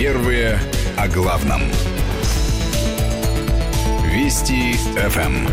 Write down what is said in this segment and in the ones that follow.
Первые о главном. Вести ФМ.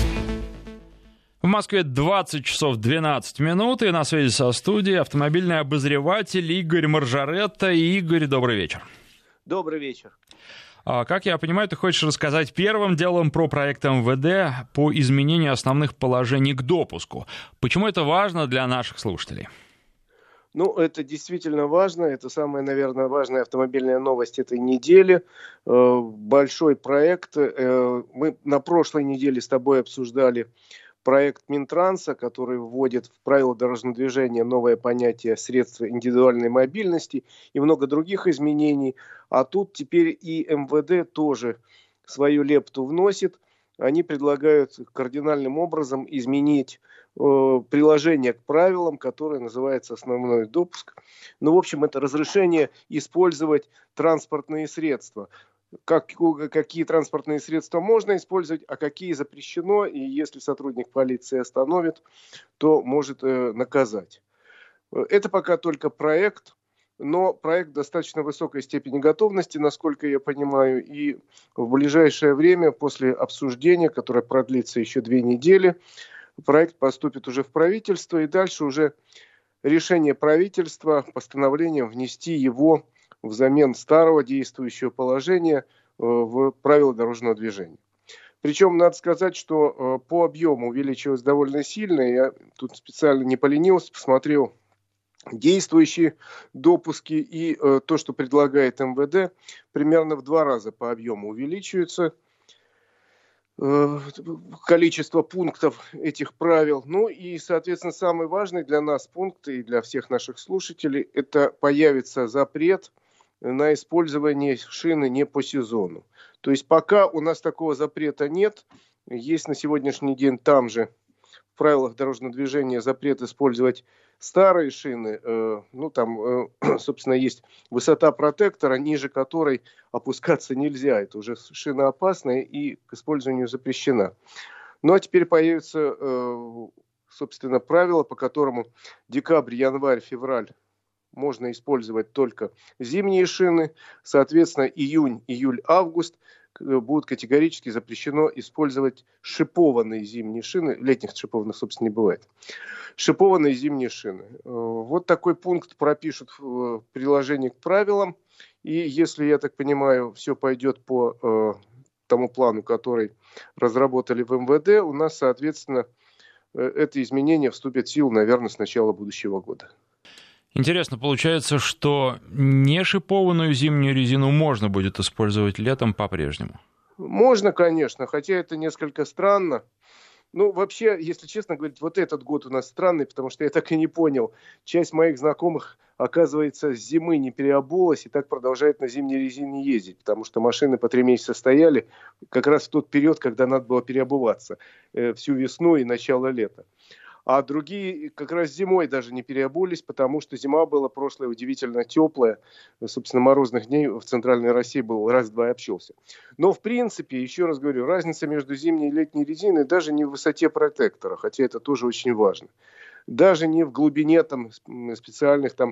В Москве 20 часов 12 минут, и на связи со студией автомобильный обозреватель Игорь Маржаретта. Игорь, добрый вечер. Добрый вечер. Как я понимаю, ты хочешь рассказать первым делом про проект МВД по изменению основных положений к допуску. Почему это важно для наших слушателей? Ну, это действительно важно. Это самая, наверное, важная автомобильная новость этой недели. Большой проект. Мы на прошлой неделе с тобой обсуждали проект Минтранса, который вводит в правила дорожного движения новое понятие средства индивидуальной мобильности и много других изменений. А тут теперь и МВД тоже свою лепту вносит. Они предлагают кардинальным образом изменить приложение к правилам, которое называется «Основной допуск». Ну, в общем, это разрешение использовать транспортные средства. Какие транспортные средства можно использовать, а какие запрещено. И если сотрудник полиции остановит, то может наказать. Это пока только проект. Но проект достаточно высокой степени готовности, насколько я понимаю, и в ближайшее время, после обсуждения, которое продлится еще 2 недели, проект поступит уже в правительство, и дальше уже решение правительства постановлением внести его взамен старого действующего положения в правила дорожного движения. Причем надо сказать, что по объему увеличилось довольно сильно. Я тут специально не поленился, посмотрел действующие допуски и то, что предлагает МВД, примерно в 2 раза по объему увеличивается количество пунктов этих правил. Ну и, соответственно, самый важный для нас пункт и для всех наших слушателей — это появится запрет на использование шины не по сезону. То есть пока у нас такого запрета нет, есть на сегодняшний день там же в правилах дорожного движения запрет использовать старые шины. Собственно, есть высота протектора, ниже которой опускаться нельзя. Это уже шина опасная и к использованию запрещена. Ну а теперь появятся, собственно, правила, по которому декабрь, январь, февраль можно использовать только зимние шины. Соответственно, июнь, июль, август будут категорически запрещено использовать шипованные зимние шины. Летних шипованных, собственно, не бывает. Шипованные зимние шины. Вот такой пункт пропишут в приложении к правилам. И если, я так понимаю, все пойдет по тому плану, который разработали в МВД, у нас, соответственно, это изменение вступит в силу, наверное, с начала будущего года. Интересно, получается, что не шипованную зимнюю резину можно будет использовать летом по-прежнему? Можно, конечно, хотя это несколько странно. Ну, вообще, если честно говорить, вот этот год у нас странный, потому что я так и не понял. Часть моих знакомых, оказывается, с зимы не переобулась и так продолжает на зимней резине ездить, потому что машины по 3 месяца стояли как раз в тот период, когда надо было переобуваться, всю весну и начало лета. А другие как раз зимой даже не переобулись, потому что зима была прошлая удивительно теплая. Собственно, морозных дней в центральной России был раз-два и общался. Но, в принципе, еще раз говорю, разница между зимней и летней резиной даже не в высоте протектора, хотя это тоже очень важно. Даже не в глубине там, специальных там,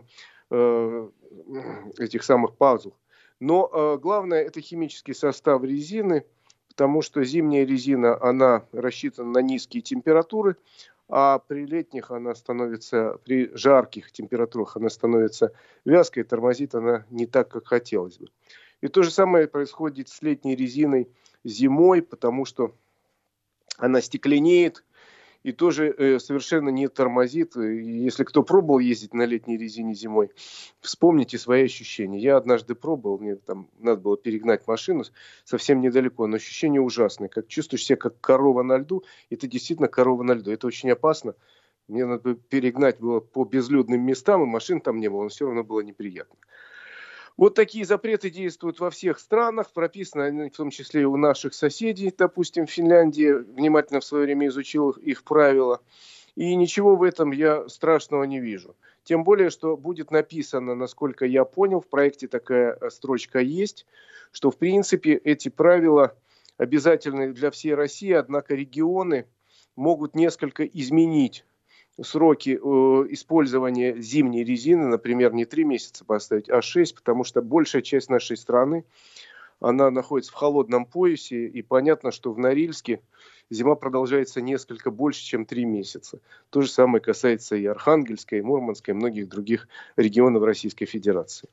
этих самых пазух. Но главное — это химический состав резины, потому что зимняя резина, она рассчитана на низкие температуры, а при летних она становится, при жарких температурах она становится вязкой, тормозит она не так, как хотелось бы. И то же самое происходит с летней резиной зимой, потому что она стекленеет и тоже совершенно не тормозит. Если кто пробовал ездить на летней резине зимой, вспомните свои ощущения. Я однажды пробовал, мне там надо было перегнать машину совсем недалеко, но ощущение ужасное. Как чувствуешь себя как корова на льду, и ты действительно корова на льду. Это очень опасно. Мне надо перегнать было по безлюдным местам, и машин там не было, но все равно было неприятно. Вот такие запреты действуют во всех странах, прописаны они в том числе и у наших соседей, допустим, Финляндия, внимательно в свое время изучил их правила, и ничего в этом я страшного не вижу. Тем более, что будет написано, насколько я понял, в проекте такая строчка есть, что в принципе эти правила обязательны для всей России, однако регионы могут несколько изменить сроки использования зимней резины, например, не 3 месяца поставить, а 6, потому что большая часть нашей страны, она находится в холодном поясе, и понятно, что в Норильске зима продолжается несколько больше, чем 3 месяца. То же самое касается и Архангельска, и Мурманска, и многих других регионов Российской Федерации.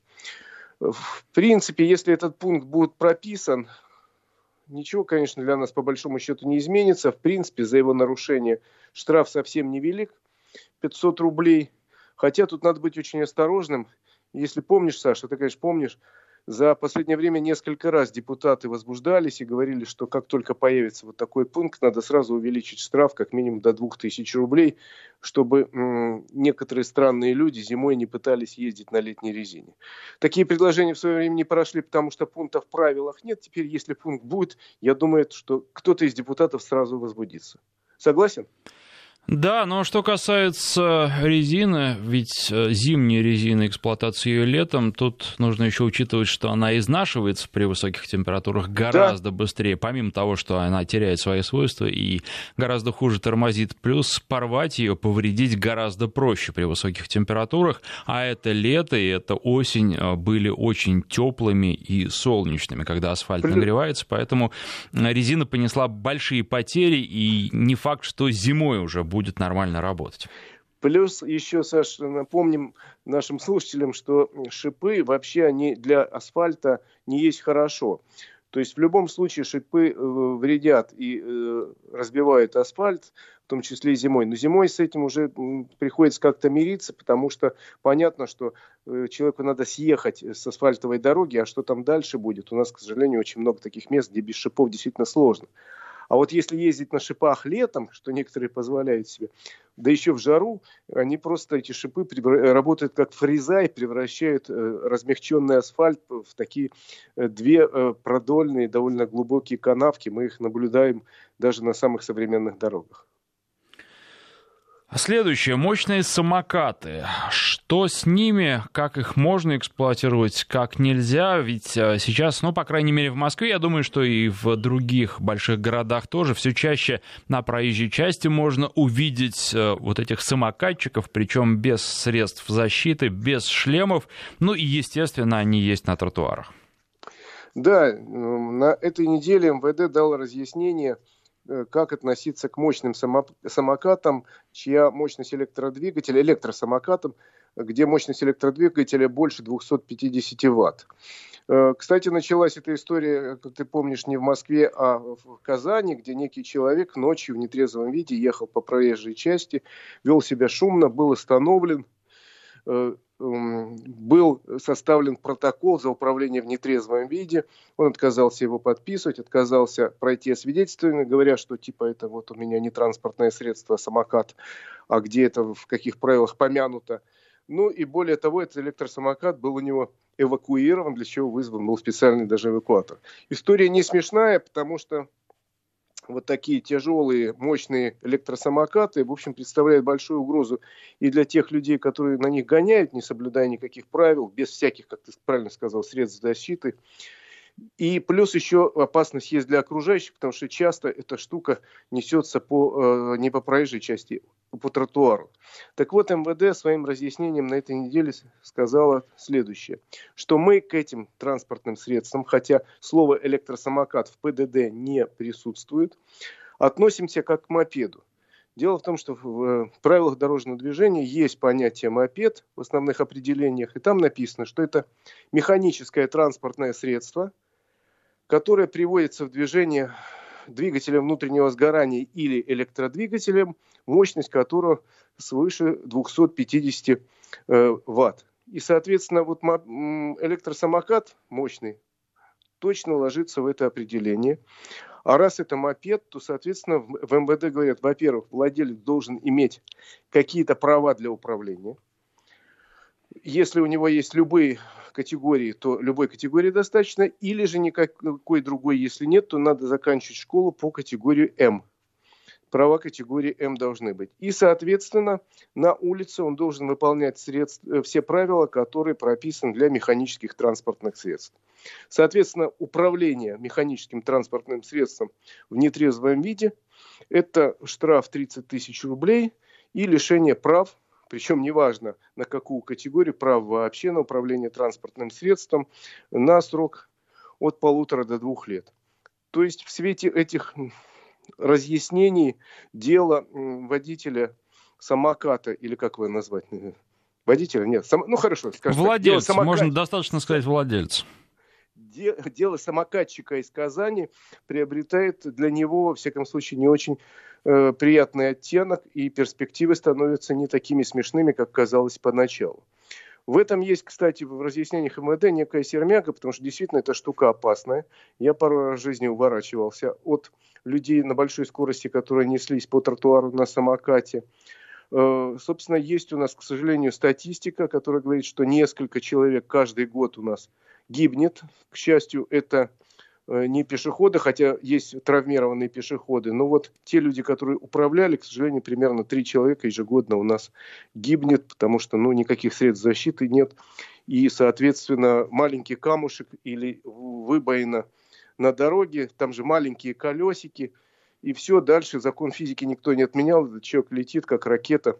В принципе, если этот пункт будет прописан, ничего, конечно, для нас по большому счету не изменится. В принципе, за его нарушение штраф совсем невелик, 500 рублей. Хотя тут надо быть очень осторожным. Если помнишь, Саша, ты, конечно, помнишь, за последнее время несколько раз депутаты возбуждались и говорили, что как только появится вот такой пункт, надо сразу увеличить штраф как минимум до 2000 рублей, чтобы некоторые странные люди зимой не пытались ездить на летней резине. Такие предложения в свое время не прошли, потому что пункта в правилах нет. Теперь, если пункт будет, я думаю, что кто-то из депутатов сразу возбудится. Согласен? Да, но что касается резины, ведь зимняя резина, эксплуатация ее летом, тут нужно еще учитывать, что она изнашивается при высоких температурах гораздо быстрее, помимо того, что она теряет свои свойства и гораздо хуже тормозит, плюс порвать ее, повредить гораздо проще при высоких температурах, а это лето и это осень были очень теплыми и солнечными, когда асфальт нагревается, поэтому резина понесла большие потери, и не факт, что зимой уже будет нормально работать. Плюс еще, Саш, напомним нашим слушателям, что шипы вообще они для асфальта не есть хорошо. То есть в любом случае шипы вредят и разбивают асфальт, в том числе и зимой. Но зимой с этим уже приходится как-то мириться, потому что понятно, что человеку надо съехать с асфальтовой дороги, а что там дальше будет? У нас, к сожалению, очень много таких мест, где без шипов действительно сложно. А вот если ездить на шипах летом, что некоторые позволяют себе, да еще в жару, они просто, эти шипы, работают как фреза и превращают размягченный асфальт в такие две продольные, довольно глубокие канавки. Мы их наблюдаем даже на самых современных дорогах. Следующее. Мощные самокаты. Что с ними? Как их можно эксплуатировать? Как нельзя? Ведь сейчас, по крайней мере, в Москве, я думаю, что и в других больших городах тоже все чаще на проезжей части можно увидеть вот этих самокатчиков, причем без средств защиты, без шлемов. И, естественно, они есть на тротуарах. Да, на этой неделе МВД дал разъяснение, как относиться к мощным самокатам, чья мощность электродвигателя, электросамокатам, где мощность электродвигателя больше 250 Вт. Кстати, началась эта история, как ты помнишь, не в Москве, а в Казани, где некий человек ночью в нетрезвом виде ехал по проезжей части, вел себя шумно, был остановлен, был составлен протокол за управление в нетрезвом виде. Он отказался его подписывать, отказался пройти освидетельствование, говоря, что это вот у меня не транспортное средство, а самокат, а где это, в каких правилах помянуто. И более того, этот электросамокат был у него эвакуирован, для чего вызван был специальный даже эвакуатор. История не смешная, потому что вот такие тяжелые, мощные электросамокаты, в общем, представляют большую угрозу и для тех людей, которые на них гоняют, не соблюдая никаких правил, без всяких, как ты правильно сказал, средств защиты. И плюс еще опасность есть для окружающих, потому что часто эта штука несется не по проезжей части, а по тротуару. Так вот, МВД своим разъяснением на этой неделе сказала следующее, что мы к этим транспортным средствам, хотя слово электросамокат в ПДД не присутствует, относимся как к мопеду. Дело в том, что в правилах дорожного движения есть понятие мопед в основных определениях, и там написано, что это механическое транспортное средство, которое приводится в движение двигателем внутреннего сгорания или электродвигателем, мощность которого свыше 250 Вт. И, соответственно, вот электросамокат мощный точно ложится в это определение. А раз это мопед, то, соответственно, в МВД говорят, во-первых, владелец должен иметь какие-то права для управления. Если у него есть любые категории, то любой категории достаточно, или же никакой другой, если нет, то надо заканчивать школу по категории М. Права категории М должны быть. И, соответственно, на улице он должен выполнять все правила, которые прописаны для механических транспортных средств. Соответственно, управление механическим транспортным средством в нетрезвом виде – это штраф 30 тысяч рублей и лишение прав, причем неважно на какую категорию, прав вообще на управление транспортным средством, на срок от 1,5 до 2 лет. То есть в свете этих разъяснений дело водителя самоката, или как его назвать? Водителя? Нет. Ну хорошо, скажем владельца, так. можно достаточно сказать владельца. Дело самокатчика из Казани приобретает для него, во всяком случае, не очень приятный оттенок, и перспективы становятся не такими смешными, как казалось поначалу. В этом есть, кстати, в разъяснениях МВД некая сермяга, потому что действительно эта штука опасная. Я пару раз в жизни уворачивался от людей на большой скорости, которые неслись по тротуару на самокате. Собственно, есть у нас, к сожалению, статистика, которая говорит, что несколько человек каждый год у нас гибнет. К счастью, это не пешеходы, хотя есть травмированные пешеходы. Но вот те люди, которые управляли, к сожалению, примерно 3 человека ежегодно у нас гибнет, потому что никаких средств защиты нет. И, соответственно, маленький камушек или выбоина на дороге, там же маленькие колесики, и все, дальше закон физики никто не отменял, этот человек летит как ракета,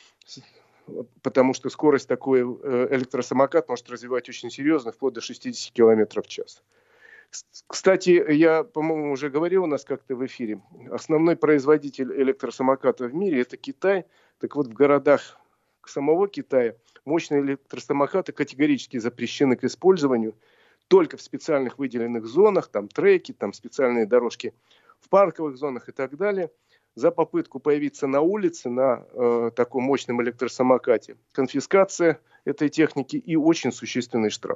потому что скорость такой электросамокат может развивать очень серьезно, вплоть до 60 км в час. Кстати, я, по-моему, уже говорил у нас как-то в эфире, основной производитель электросамоката в мире – это Китай. Так вот, в городах самого Китая мощные электросамокаты категорически запрещены к использованию только в специальных выделенных зонах, там треки, там специальные дорожки в парковых зонах и так далее. За попытку появиться на улице на таком мощном электросамокате конфискация этой техники и очень существенный штраф.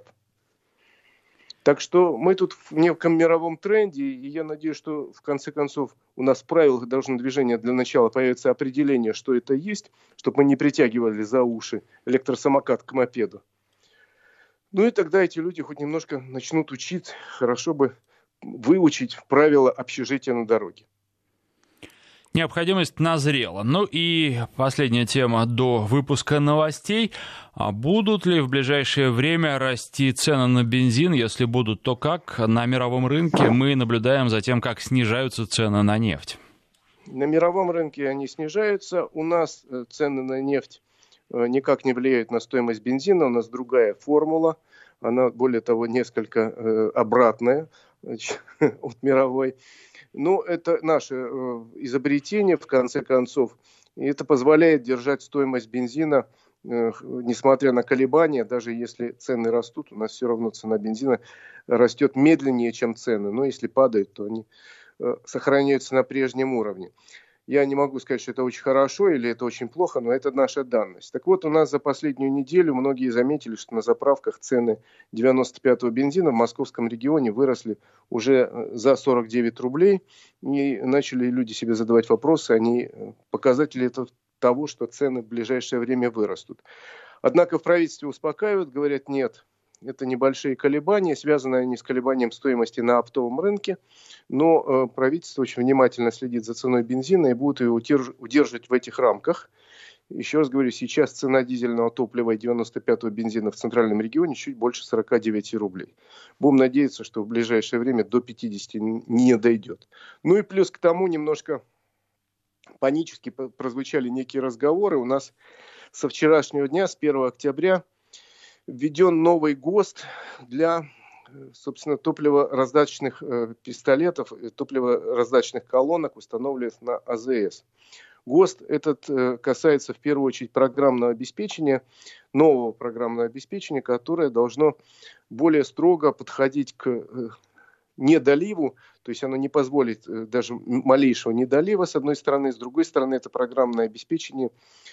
Так что мы тут в неком мировом тренде, и я надеюсь, что в конце концов у нас в правилах дорожного движения для начала появится определение, что это есть, чтобы мы не притягивали за уши электросамокат к мопеду. Ну и тогда эти люди хоть немножко начнут учить, хорошо бы выучить правила общежития на дороге. Необходимость назрела. Ну и последняя тема до выпуска новостей. Будут ли в ближайшее время расти цены на бензин? Если будут, то как? На мировом рынке мы наблюдаем за тем, как снижаются цены на нефть. На мировом рынке они снижаются. У нас цены на нефть никак не влияют на стоимость бензина. У нас другая формула. Она, более того, несколько обратная от мировой. Но это наше изобретение, в конце концов. И это позволяет держать стоимость бензина, несмотря на колебания. Даже если цены растут, у нас все равно цена бензина растет медленнее, чем цены. Но если падают, то они сохраняются на прежнем уровне. Я не могу сказать, что это очень хорошо или это очень плохо, но это наша данность. Так вот, у нас за последнюю неделю многие заметили, что на заправках цены 95-го бензина в московском регионе выросли уже за 49 рублей. И начали люди себе задавать вопросы, показатели это того, что цены в ближайшее время вырастут. Однако в правительстве успокаивают, говорят, нет. Это небольшие колебания, связаны они с колебанием стоимости на оптовом рынке, но правительство очень внимательно следит за ценой бензина и будет ее удерживать в этих рамках. Еще раз говорю, сейчас цена дизельного топлива и 95-го бензина в центральном регионе чуть больше 49 рублей. Будем надеяться, что в ближайшее время до 50 не дойдет. Ну и плюс к тому немножко панически прозвучали некие разговоры. У нас со вчерашнего дня, с 1 октября, введен новый ГОСТ для, собственно, топливораздаточных пистолетов, топливораздаточных колонок, установленных на АЗС. ГОСТ этот касается в первую очередь программного обеспечения, нового программного обеспечения, которое должно более строго подходить к недоливу, то есть оно не позволит даже малейшего недолива с одной стороны, с другой стороны это программное обеспечение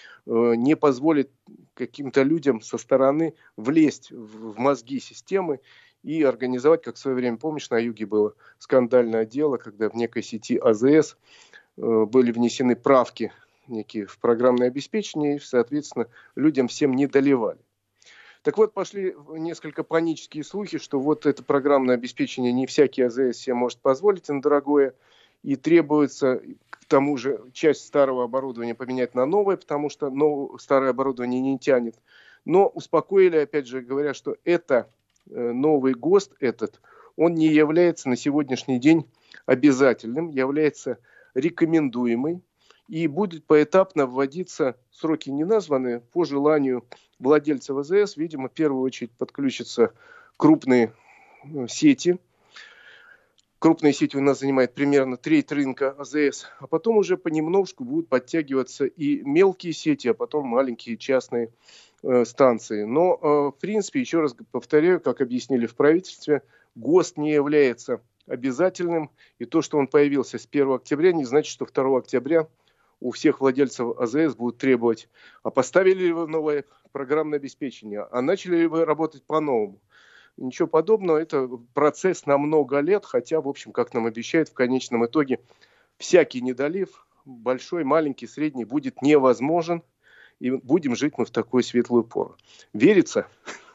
не позволит каким-то людям со стороны влезть в мозги системы и организовать, как в свое время, помнишь, на юге было скандальное дело, когда в некой сети АЗС были внесены правки некие в программное обеспечение, и, соответственно, людям всем не доливали. Так вот, пошли несколько панические слухи, что вот это программное обеспечение не всякий АЗС себе может позволить, оно дорогое, и требуется к тому же часть старого оборудования поменять на новое, потому что старое оборудование не тянет. Но успокоили, опять же, говоря, что это новый ГОСТ он не является на сегодняшний день обязательным, является рекомендуемый. и будет поэтапно вводиться, сроки не названы, по желанию владельцев АЗС, видимо, в первую очередь подключатся крупные сети. Крупные сети у нас занимают примерно треть рынка АЗС, а потом уже понемножку будут подтягиваться и мелкие сети, а потом маленькие частные станции. Но, в принципе, еще раз повторяю, как объяснили в правительстве, ГОСТ не является обязательным, и то, что он появился с 1 октября, не значит, что 2 октября у всех владельцев АЗС будут требовать, а поставили ли вы новое программное обеспечение, а начали ли вы работать по-новому. Ничего подобного, это процесс на много лет, хотя, в общем, как нам обещают, в конечном итоге всякий недолив, большой, маленький, средний, будет невозможен, и будем жить мы в такую светлую пору. Верится?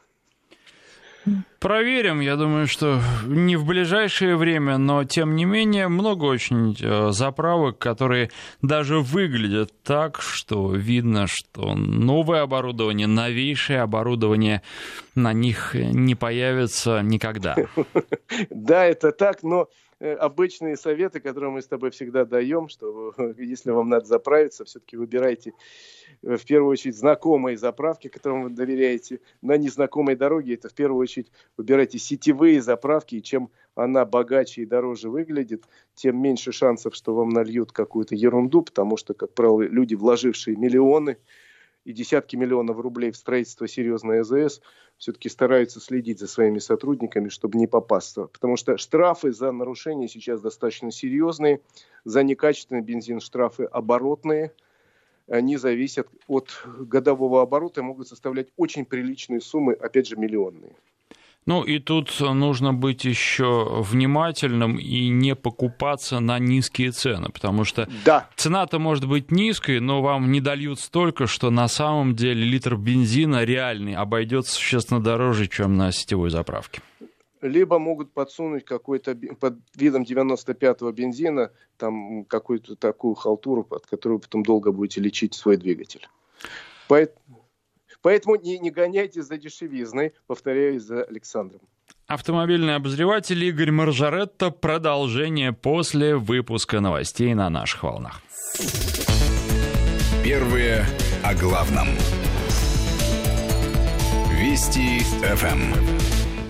Проверим. Я думаю, что не в ближайшее время, но тем не менее много очень заправок, которые даже выглядят так, что видно, что новое оборудование, новейшее оборудование на них не появится никогда. Да, это так, но обычные советы, которые мы с тобой всегда даем, что если вам надо заправиться, все-таки выбирайте в первую очередь знакомые заправки, которым вы доверяете. На незнакомой дороге это в первую очередь выбирайте сетевые заправки, и чем она богаче и дороже выглядит, тем меньше шансов, что вам нальют какую-то ерунду, потому что, как правило, люди, вложившие миллионы и десятки миллионов рублей в строительство серьезной АЗС, все-таки стараются следить за своими сотрудниками, чтобы не попасться. Потому что штрафы за нарушения сейчас достаточно серьезные. За некачественный бензин штрафы оборотные. Они зависят от годового оборота и могут составлять очень приличные суммы, опять же, миллионные. Ну и тут нужно быть еще внимательным и не покупаться на низкие цены, потому что цена-то может быть низкой, но вам не дольют столько, что на самом деле литр бензина реальный обойдется существенно дороже, чем на сетевой заправке. Либо могут подсунуть какой-то под видом 95-го бензина там какую-то такую халтуру, под которую потом долго будете лечить свой двигатель. Поэтому не гоняйтесь за дешевизной, повторяюсь за Александром. Автомобильный обозреватель Игорь Маржаретто. Продолжение после выпуска новостей на наших волнах. Первые о главном. Вести ФМ.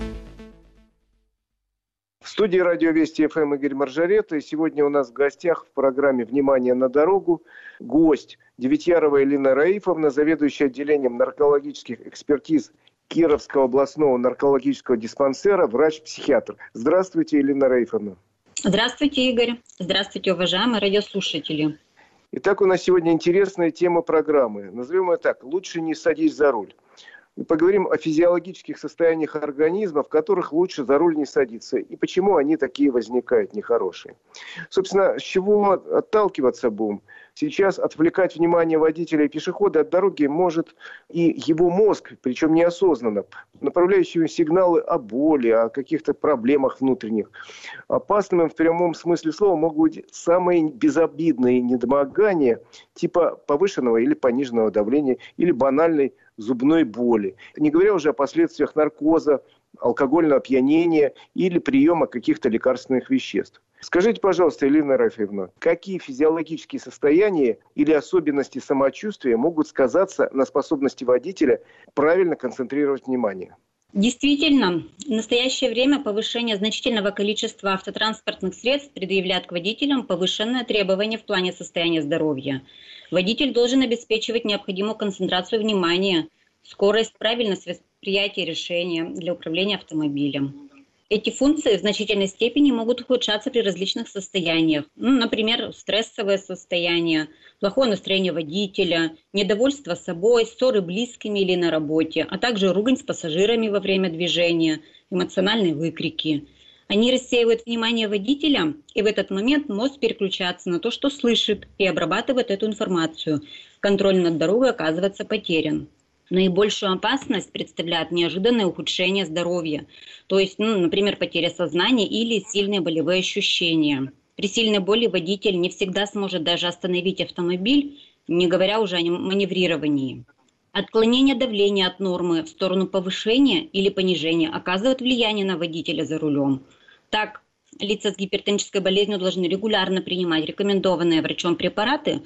В студии радио Вести ФМ Игорь Маржаретто. И сегодня у нас в гостях в программе «Внимание на дорогу» гость Девятьярова Элина Раифовна, заведующая отделением наркологических экспертиз Кировского областного наркологического диспансера, врач-психиатр. Здравствуйте, Элина Раифовна. Здравствуйте, Игорь. Здравствуйте, уважаемые радиослушатели. Итак, у нас сегодня интересная тема программы. Назовем ее так: «Лучше не садись за руль». Мы поговорим о физиологических состояниях организма, в которых лучше за руль не садиться, и почему они такие возникают нехорошие. Собственно, с чего отталкиваться будем? Сейчас отвлекать внимание водителя и пешехода от дороги может и его мозг, причем неосознанно, направляющие сигналы о боли, о каких-то проблемах внутренних. Опасными в прямом смысле слова могут быть самые безобидные недомогания, типа повышенного или пониженного давления, или банальной зубной боли. Не говоря уже о последствиях наркоза, алкогольного опьянения или приема каких-то лекарственных веществ. Скажите, пожалуйста, Элина Раифовна, какие физиологические состояния или особенности самочувствия могут сказаться на способности водителя правильно концентрировать внимание? Действительно, в настоящее время повышение значительного количества автотранспортных средств предъявляет к водителям повышенное требование в плане состояния здоровья. Водитель должен обеспечивать необходимую концентрацию внимания, скорость, правильность восприятия решения для управления автомобилем. Эти функции в значительной степени могут ухудшаться при различных состояниях. Например, стрессовое состояние, плохое настроение водителя, недовольство собой, ссоры близкими или на работе, а также ругань с пассажирами во время движения, эмоциональные выкрики. Они рассеивают внимание водителя, и в этот момент мозг переключается на то, что слышит, и обрабатывает эту информацию. Контроль над дорогой оказывается потерян. Наибольшую опасность представляет неожиданное ухудшение здоровья, то есть, например, потеря сознания или сильные болевые ощущения. При сильной боли водитель не всегда сможет даже остановить автомобиль, не говоря уже о маневрировании. Отклонение давления от нормы в сторону повышения или понижения оказывает влияние на водителя за рулем. Так, лица с гипертонической болезнью должны регулярно принимать рекомендованные врачом препараты,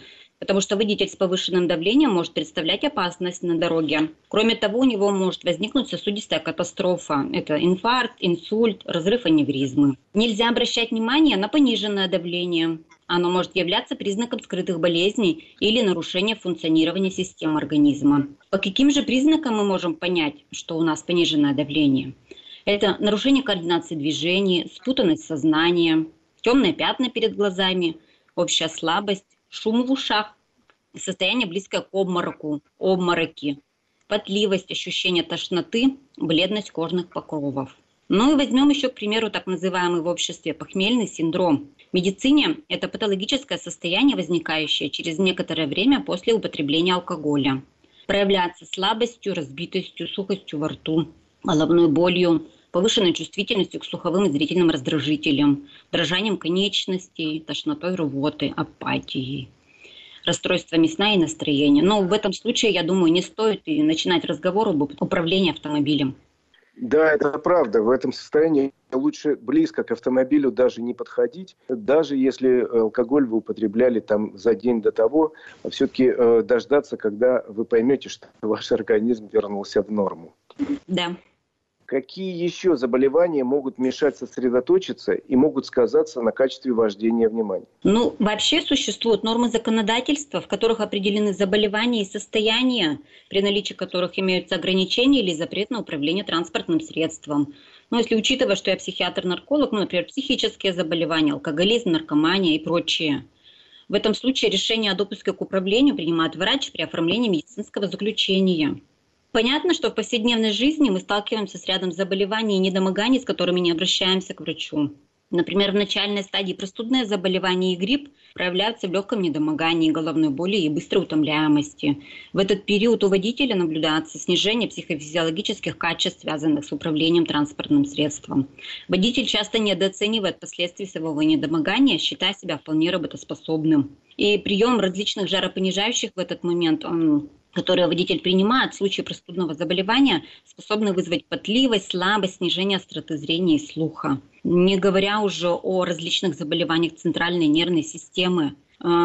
потому что водитель с повышенным давлением может представлять опасность на дороге. Кроме того, у него может возникнуть сосудистая катастрофа. Это инфаркт, инсульт, разрыв аневризмы. Нельзя обращать внимание на пониженное давление. Оно может являться признаком скрытых болезней или нарушения функционирования системы организма. По каким же признакам мы можем понять, что у нас пониженное давление? Это нарушение координации движений, спутанность сознания, темные пятна перед глазами, общая слабость, шум в ушах, состояние близкое к обмороку, обмороки, потливость, ощущение тошноты, бледность кожных покровов. Ну и возьмем еще, к примеру, так называемый в обществе похмельный синдром. В медицине это патологическое состояние, возникающее через некоторое время после употребления алкоголя. Проявляется слабостью, разбитостью, сухостью во рту, головной болью, повышенной чувствительностью к слуховым и зрительным раздражителям, дрожанием конечностей, тошнотой, рвотой, апатией, расстройствами сна и настроения. Но в этом случае, я думаю, не стоит и начинать разговор об управлении автомобилем. Да, это правда. В этом состоянии лучше близко к автомобилю даже не подходить. Даже если алкоголь вы употребляли там за день до того, все-таки дождаться, когда вы поймете, что ваш организм вернулся в норму. Да. Какие еще заболевания могут мешать сосредоточиться и могут сказаться на качестве вождения внимания? Ну, вообще существуют нормы законодательства, в которых определены заболевания и состояния, при наличии которых имеются ограничения или запрет на управление транспортным средством. Но если учитывать, что я психиатр-нарколог, например, психические заболевания, алкоголизм, наркомания и прочее. В этом случае решение о допуске к управлению принимает врач при оформлении медицинского заключения. Понятно, что в повседневной жизни мы сталкиваемся с рядом заболеваний и недомоганий, с которыми не обращаемся к врачу. Например, в начальной стадии простудные заболевания и грипп проявляются в легком недомогании, головной боли и быстрой утомляемости. В этот период у водителя наблюдается снижение психофизиологических качеств, связанных с управлением транспортным средством. Водитель часто недооценивает последствия своего недомогания, считая себя вполне работоспособным. И прием различных жаропонижающих в этот момент которые водитель принимает в случае простудного заболевания, способны вызвать потливость, слабость, снижение остроты зрения и слуха. Не говоря уже о различных заболеваниях центральной нервной системы.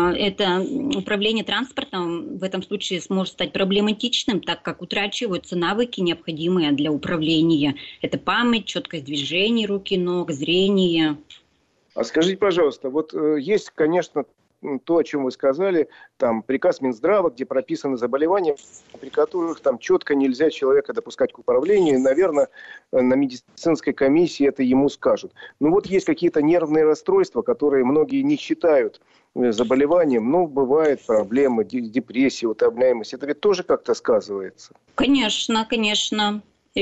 Это управление транспортом в этом случае сможет стать проблематичным, так как утрачиваются навыки, необходимые для управления. Это память, четкость движений рук, ног, зрение. А скажите, пожалуйста, вот есть, конечно, то, о чем вы сказали, там приказ Минздрава, где прописаны заболевания, при которых там четко нельзя человека допускать к управлению, и, наверное, на медицинской комиссии это ему скажут. Но вот есть какие-то нервные расстройства, которые многие не считают заболеванием, но бывают проблемы, депрессия, утомляемость. Это ведь тоже как-то сказывается? Конечно, конечно.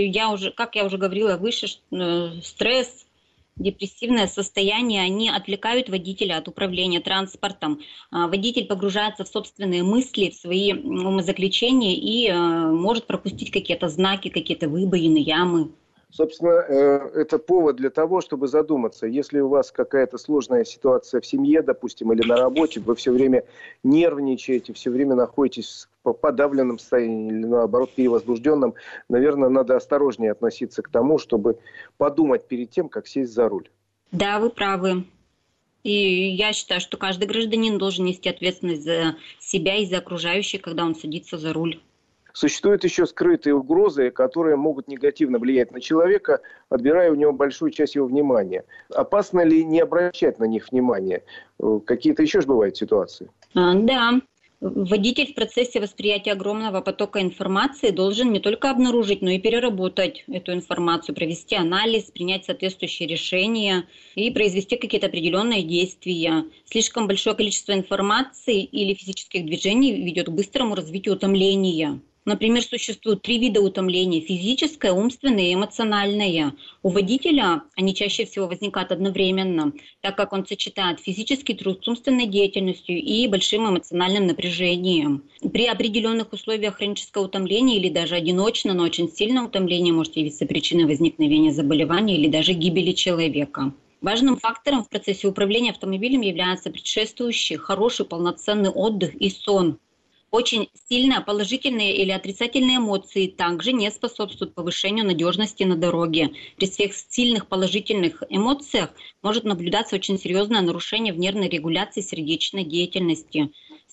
Как я уже говорила выше, стресс, депрессивное состояние, они отвлекают водителя от управления транспортом. Водитель погружается в собственные мысли, в свои умозаключения и может пропустить какие-то знаки, какие-то выбоины, ямы. Собственно, это повод для того, чтобы задуматься. Если у вас какая-то сложная ситуация в семье, допустим, или на работе, вы все время нервничаете, все время находитесь в подавленном состоянии или, наоборот, перевозбужденном, наверное, надо осторожнее относиться к тому, чтобы подумать перед тем, как сесть за руль. Да, вы правы. И я считаю, что каждый гражданин должен нести ответственность за себя и за окружающих, когда он садится за руль. Существуют еще скрытые угрозы, которые могут негативно влиять на человека, отбирая у него большую часть его внимания. Опасно ли не обращать на них внимания? Какие-то еще же бывают ситуации? Да. Водитель в процессе восприятия огромного потока информации должен не только обнаружить, но и переработать эту информацию, провести анализ, принять соответствующие решения и произвести какие-то определенные действия. Слишком большое количество информации или физических движений ведет к быстрому развитию утомления. Например, существует 3 вида утомления: физическое, умственное и эмоциональное. У водителя они чаще всего возникают одновременно, так как он сочетает физический труд с умственной деятельностью и большим эмоциональным напряжением. При определенных условиях хронического утомления или даже одиночно, но очень сильное утомление может явиться причиной возникновения заболевания или даже гибели человека. Важным фактором в процессе управления автомобилем является предшествующий хороший полноценный отдых и сон. Очень сильные положительные или отрицательные эмоции также не способствуют повышению надежности на дороге. При сильных положительных эмоциях может наблюдаться очень серьезное нарушение в нервной регуляции сердечной деятельности,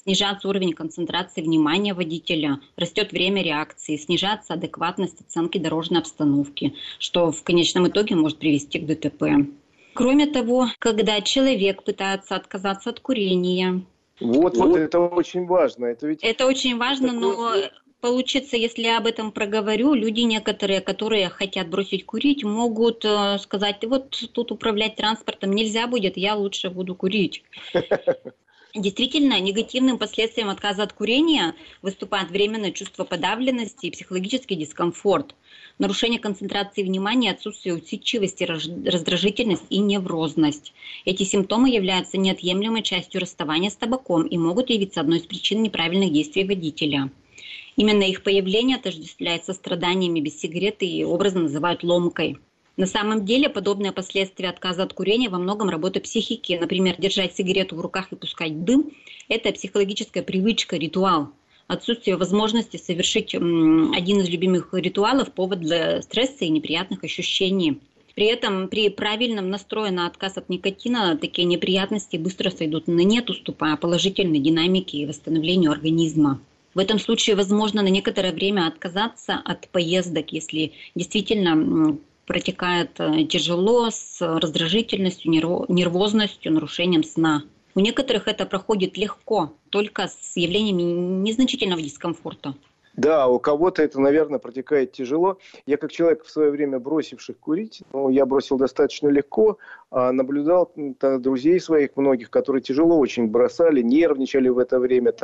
снижаться уровень концентрации внимания водителя, растет время реакции, снижается адекватность оценки дорожной обстановки, что в конечном итоге может привести к ДТП. Кроме того, когда человек пытается отказаться от курения. Вот это очень важно. Это очень важно, но получится, если я об этом проговорю, люди некоторые, которые хотят бросить курить, могут сказать: вот тут управлять транспортом нельзя будет, я лучше буду курить. Действительно, негативным последствием отказа от курения выступает временное чувство подавленности и психологический дискомфорт, нарушение концентрации внимания, отсутствие усидчивости, раздражительность и нервозность. Эти симптомы являются неотъемлемой частью расставания с табаком и могут явиться одной из причин неправильных действий водителя. Именно их появление отождествляется страданиями без сигареты и образно называют ломкой. На самом деле подобные последствия отказа от курения во многом работа психики. Например, держать сигарету в руках и пускать дым – это психологическая привычка, ритуал. Отсутствие возможности совершить один из любимых ритуалов – повод для стресса и неприятных ощущений. При этом при правильном настрое на отказ от никотина такие неприятности быстро сойдут на нет, уступая положительной динамике и восстановлению организма. В этом случае возможно на некоторое время отказаться от поездок, если действительно протекает тяжело, с раздражительностью, нервозностью, нарушением сна. У некоторых это проходит легко, только с явлениями незначительного дискомфорта. Да, у кого-то это, наверное, протекает тяжело. Я как человек в свое время бросивших курить, я бросил достаточно легко, а наблюдал друзей своих многих, которые тяжело очень бросали, нервничали в это время,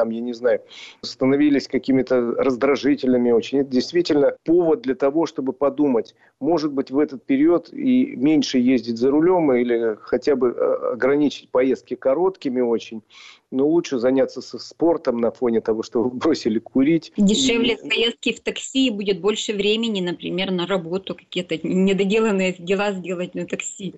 становились какими-то раздражительными очень. Это действительно повод для того, чтобы подумать, может быть, в этот период и меньше ездить за рулем или хотя бы ограничить поездки короткими очень. Но лучше заняться спортом на фоне того, что вы бросили курить. Дешевле поездки в такси, будет больше времени, например, на работу, какие-то недоделанные дела сделать на такси.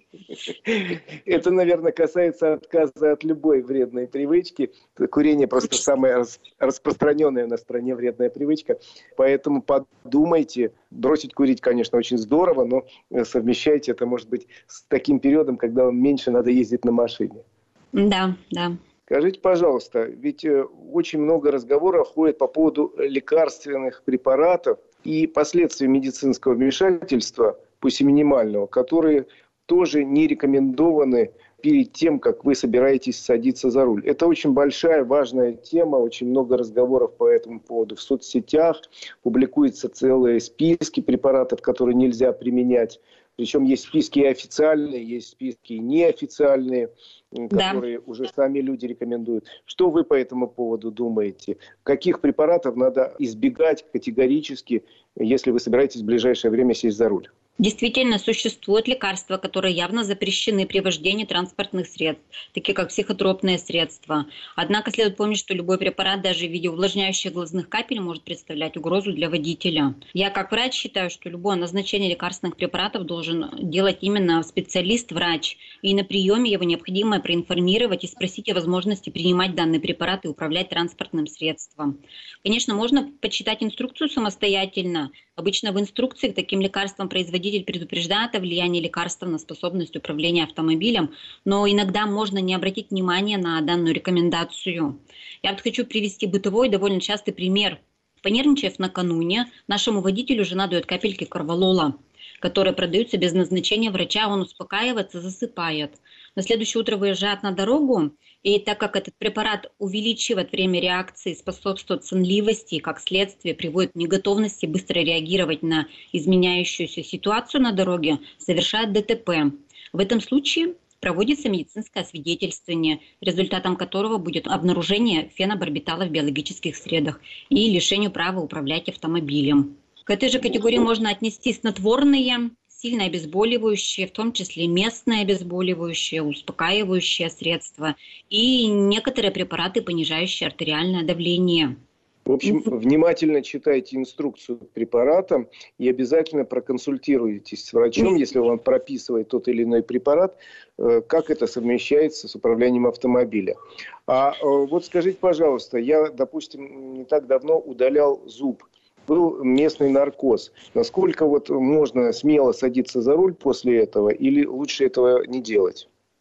Это, наверное, касается отказа от любой вредной привычки. Курение просто самая распространенная на стране вредная привычка. Поэтому подумайте. Бросить курить, конечно, очень здорово, но совмещайте это, может быть, с таким периодом, когда вам меньше надо ездить на машине. Да. Скажите, пожалуйста, ведь очень много разговоров ходит по поводу лекарственных препаратов и последствий медицинского вмешательства, пусть и минимального, которые тоже не рекомендованы перед тем, как вы собираетесь садиться за руль. Это очень большая, важная тема, очень много разговоров по этому поводу в соцсетях, публикуются целые списки препаратов, которые нельзя применять. Причем есть списки и официальные, есть списки и неофициальные, которые уже сами люди рекомендуют. Что вы по этому поводу думаете? Каких препаратов надо избегать категорически, если вы собираетесь в ближайшее время сесть за руль? Действительно, существуют лекарства, которые явно запрещены при вождении транспортных средств, такие как психотропные средства. Однако следует помнить, что любой препарат, даже в виде увлажняющих глазных капель, может представлять угрозу для водителя. Я как врач считаю, что любое назначение лекарственных препаратов должен делать именно специалист-врач. И на приеме его необходимо проинформировать и спросить о возможности принимать данный препарат и управлять транспортным средством. Конечно, можно почитать инструкцию самостоятельно. Обычно в инструкции к таким лекарствам производитель предупреждает о влиянии лекарства на способность управления автомобилем, но иногда можно не обратить внимания на данную рекомендацию. Я хочу привести бытовой, довольно частый пример. Понервничав накануне, нашему водителю жена дает капельки корвалола, которые продаются без назначения врача, он успокаивается, засыпает. На следующее утро выезжает на дорогу, и так как этот препарат увеличивает время реакции, способствует сонливости и, как следствие, приводит к неготовности быстро реагировать на изменяющуюся ситуацию на дороге, совершает ДТП. В этом случае проводится медицинское освидетельствование, результатом которого будет обнаружение фенобарбитала в биологических средах и лишение права управлять автомобилем. К этой же категории можно отнести снотворные, сильно обезболивающие, в том числе местные обезболивающие, успокаивающие средства и некоторые препараты, понижающие артериальное давление. В общем, внимательно читайте инструкцию к препаратам и обязательно проконсультируйтесь с врачом, если он прописывает тот или иной препарат, как это совмещается с управлением автомобиля. А вот скажите, пожалуйста, я, допустим, не так давно удалял зуб. Был местный наркоз. Насколько можно смело садиться за руль после этого или лучше этого не делать?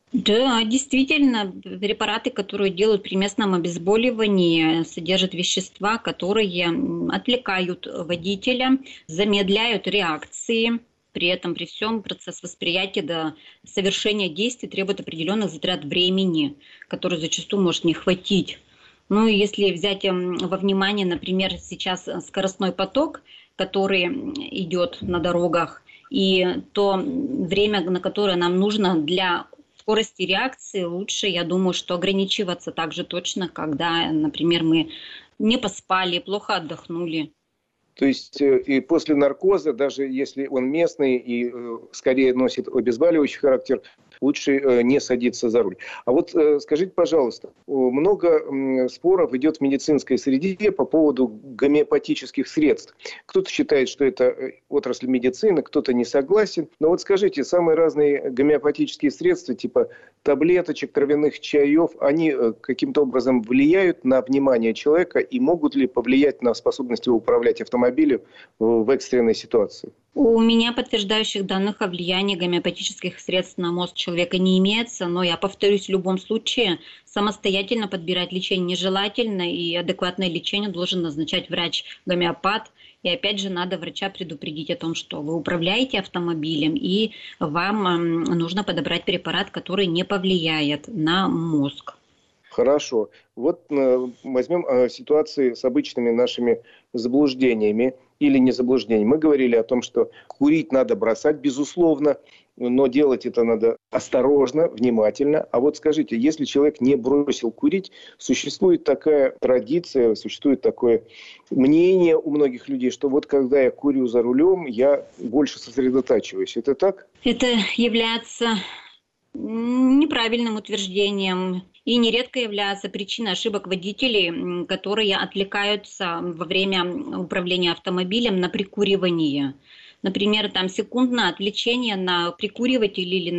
Да, действительно, препараты, которые делают при местном обезболивании, содержат вещества, которые отвлекают водителя, замедляют реакции. При этом, при всем, процесс восприятия до совершения действий требует определенных затрат времени, которые зачастую может не хватить. Ну и если взять во внимание, например, сейчас скоростной поток, который идет на дорогах, и то время, на которое нам нужно для скорости реакции, лучше, я думаю, что ограничиваться так же точно, когда, например, мы не поспали, плохо отдохнули. То есть и после наркоза, даже если он местный и скорее носит обезболивающий характер, лучше не садиться за руль. А вот скажите, пожалуйста, много споров идет в медицинской среде по поводу гомеопатических средств. Кто-то считает, что это отрасль медицины, кто-то не согласен. Но вот скажите, самые разные гомеопатические средства, типа таблеточек, травяных чаев, они каким-то образом влияют на внимание человека и могут ли повлиять на способность его управлять автомобилем в экстренной ситуации? У меня подтверждающих данных о влиянии гомеопатических средств на мозг человека не имеется, но я повторюсь, в любом случае самостоятельно подбирать лечение нежелательно, и адекватное лечение должен назначать врач-гомеопат. И опять же надо врача предупредить о том, что вы управляете автомобилем, и вам нужно подобрать препарат, который не повлияет на мозг. Хорошо. Вот возьмем ситуации с обычными нашими заблуждениями или не заблуждениями. Мы говорили о том, что курить надо бросать, безусловно, но делать это надо осторожно, внимательно. А вот скажите, если человек не бросил курить, существует такая традиция, существует такое мнение у многих людей, что вот когда я курю за рулем, я больше сосредотачиваюсь. Это так? Это является неправильным утверждением и нередко является причиной ошибок водителей, которые отвлекаются во время управления автомобилем на прикуривание. Например, там секундное отвлечение на прикуриватель или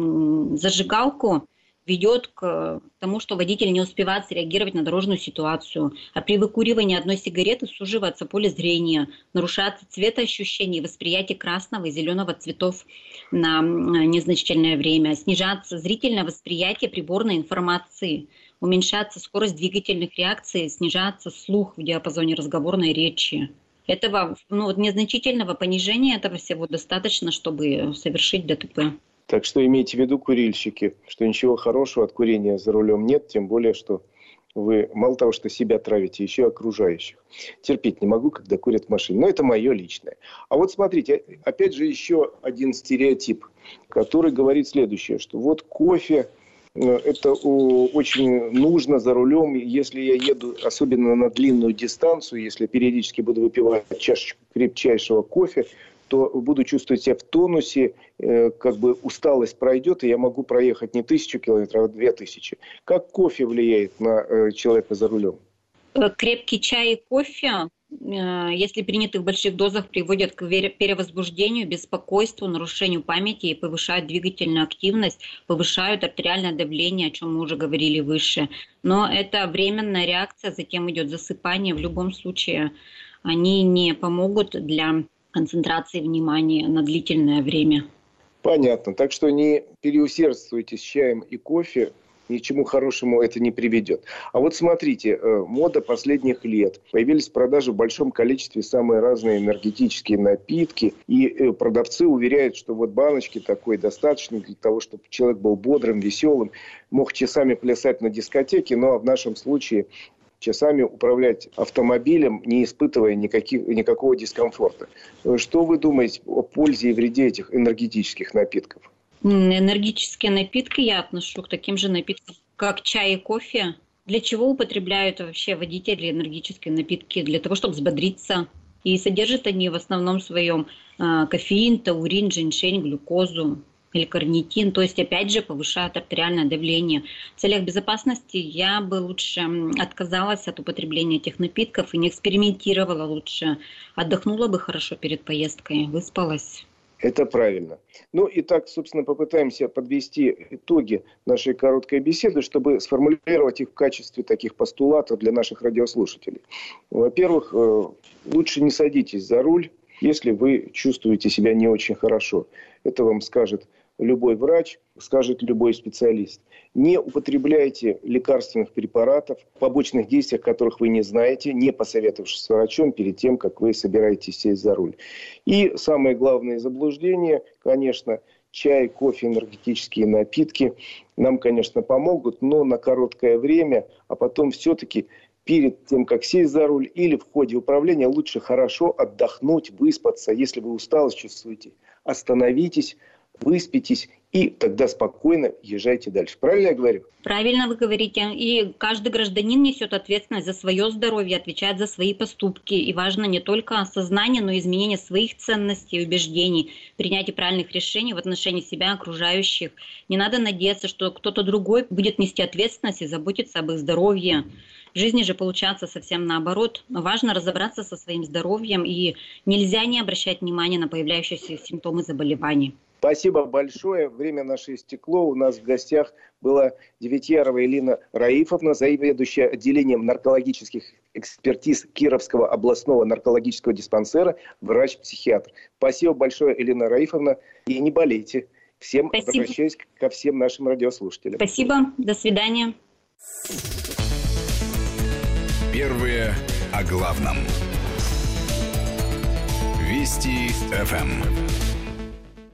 на зажигалку ведет к тому, что водитель не успевает среагировать на дорожную ситуацию. А при выкуривании одной сигареты суживается поле зрения, нарушается цветоощущение и восприятие красного и зеленого цветов на незначительное время, снижается зрительное восприятие приборной информации, уменьшается скорость двигательных реакций, снижается слух в диапазоне разговорной речи. Этого незначительного понижения этого всего достаточно, чтобы совершить ДТП. Так что имейте в виду, курильщики, что ничего хорошего от курения за рулем нет, тем более, что вы мало того, что себя травите, еще и окружающих. Терпеть не могу, когда курят в машине. Но это мое личное. А вот смотрите, опять же еще один стереотип, который говорит следующее, что вот кофе это очень нужно за рулем, если я еду, особенно на длинную дистанцию, если периодически буду выпивать чашечку крепчайшего кофе, то буду чувствовать себя в тонусе, как бы усталость пройдет, и я могу проехать не 1000 километров, а 2000. Как кофе влияет на человека за рулем? Крепкий чай и кофе, если приняты в больших дозах, приводят к перевозбуждению, беспокойству, нарушению памяти и повышают двигательную активность, повышают артериальное давление, о чем мы уже говорили выше. Но это временная реакция, затем идет засыпание. В любом случае они не помогут для концентрации внимания на длительное время. Понятно. Так что не переусердствуйте с чаем и кофе. Ни к чему хорошему это не приведет. А вот смотрите, мода последних лет. Появились в продаже в большом количестве самые разные энергетические напитки. И продавцы уверяют, что вот баночки такой достаточно для того, чтобы человек был бодрым, веселым, мог часами плясать на дискотеке. Но в нашем случае часами управлять автомобилем, не испытывая никакого дискомфорта. Что вы думаете о пользе и вреде этих энергетических напитков? Энергетические напитки я отношу к таким же напиткам, как чай и кофе. Для чего употребляют вообще водители энергетические напитки? Для того, чтобы взбодриться. И содержат они в основном своем кофеин, таурин, женьшень, глюкозу, L-карнитин, то есть опять же повышают артериальное давление. В целях безопасности я бы лучше отказалась от употребления этих напитков и не экспериментировала лучше. Отдохнула бы хорошо перед поездкой, выспалась. Это правильно. Ну и так, собственно, попытаемся подвести итоги нашей короткой беседы, чтобы сформулировать их в качестве таких постулатов для наших радиослушателей. Во-первых, лучше не садитесь за руль, если вы чувствуете себя не очень хорошо. Это вам скажет любой врач, скажет любой специалист. Не употребляйте лекарственных препаратов, побочных действиях которых вы не знаете, не посоветовавшись с врачом перед тем, как вы собираетесь сесть за руль. И самое главное заблуждение, конечно, чай, кофе, энергетические напитки нам, конечно, помогут, но на короткое время, а потом все-таки перед тем, как сесть за руль или в ходе управления, лучше хорошо отдохнуть, выспаться. Если вы усталость чувствуете, остановитесь, выспитесь и тогда спокойно езжайте дальше. Правильно я говорю? Правильно вы говорите. И каждый гражданин несет ответственность за свое здоровье, отвечает за свои поступки. И важно не только осознание, но и изменение своих ценностей и убеждений, принятие правильных решений в отношении себя, окружающих. Не надо надеяться, что кто-то другой будет нести ответственность и заботиться об их здоровье. В жизни же получается совсем наоборот. Но важно разобраться со своим здоровьем, и нельзя не обращать внимания на появляющиеся симптомы заболеваний. Спасибо большое. Время наше истекло. У нас в гостях была Девятьярова Элина Раифовна, заведующая отделением наркологических экспертиз Кировского областного наркологического диспансера, врач-психиатр. Спасибо большое, Элина Раифовна. И не болейте. Всем обращаюсь ко всем нашим радиослушателям. Спасибо. До свидания. Первые о главном. Вести ФМ.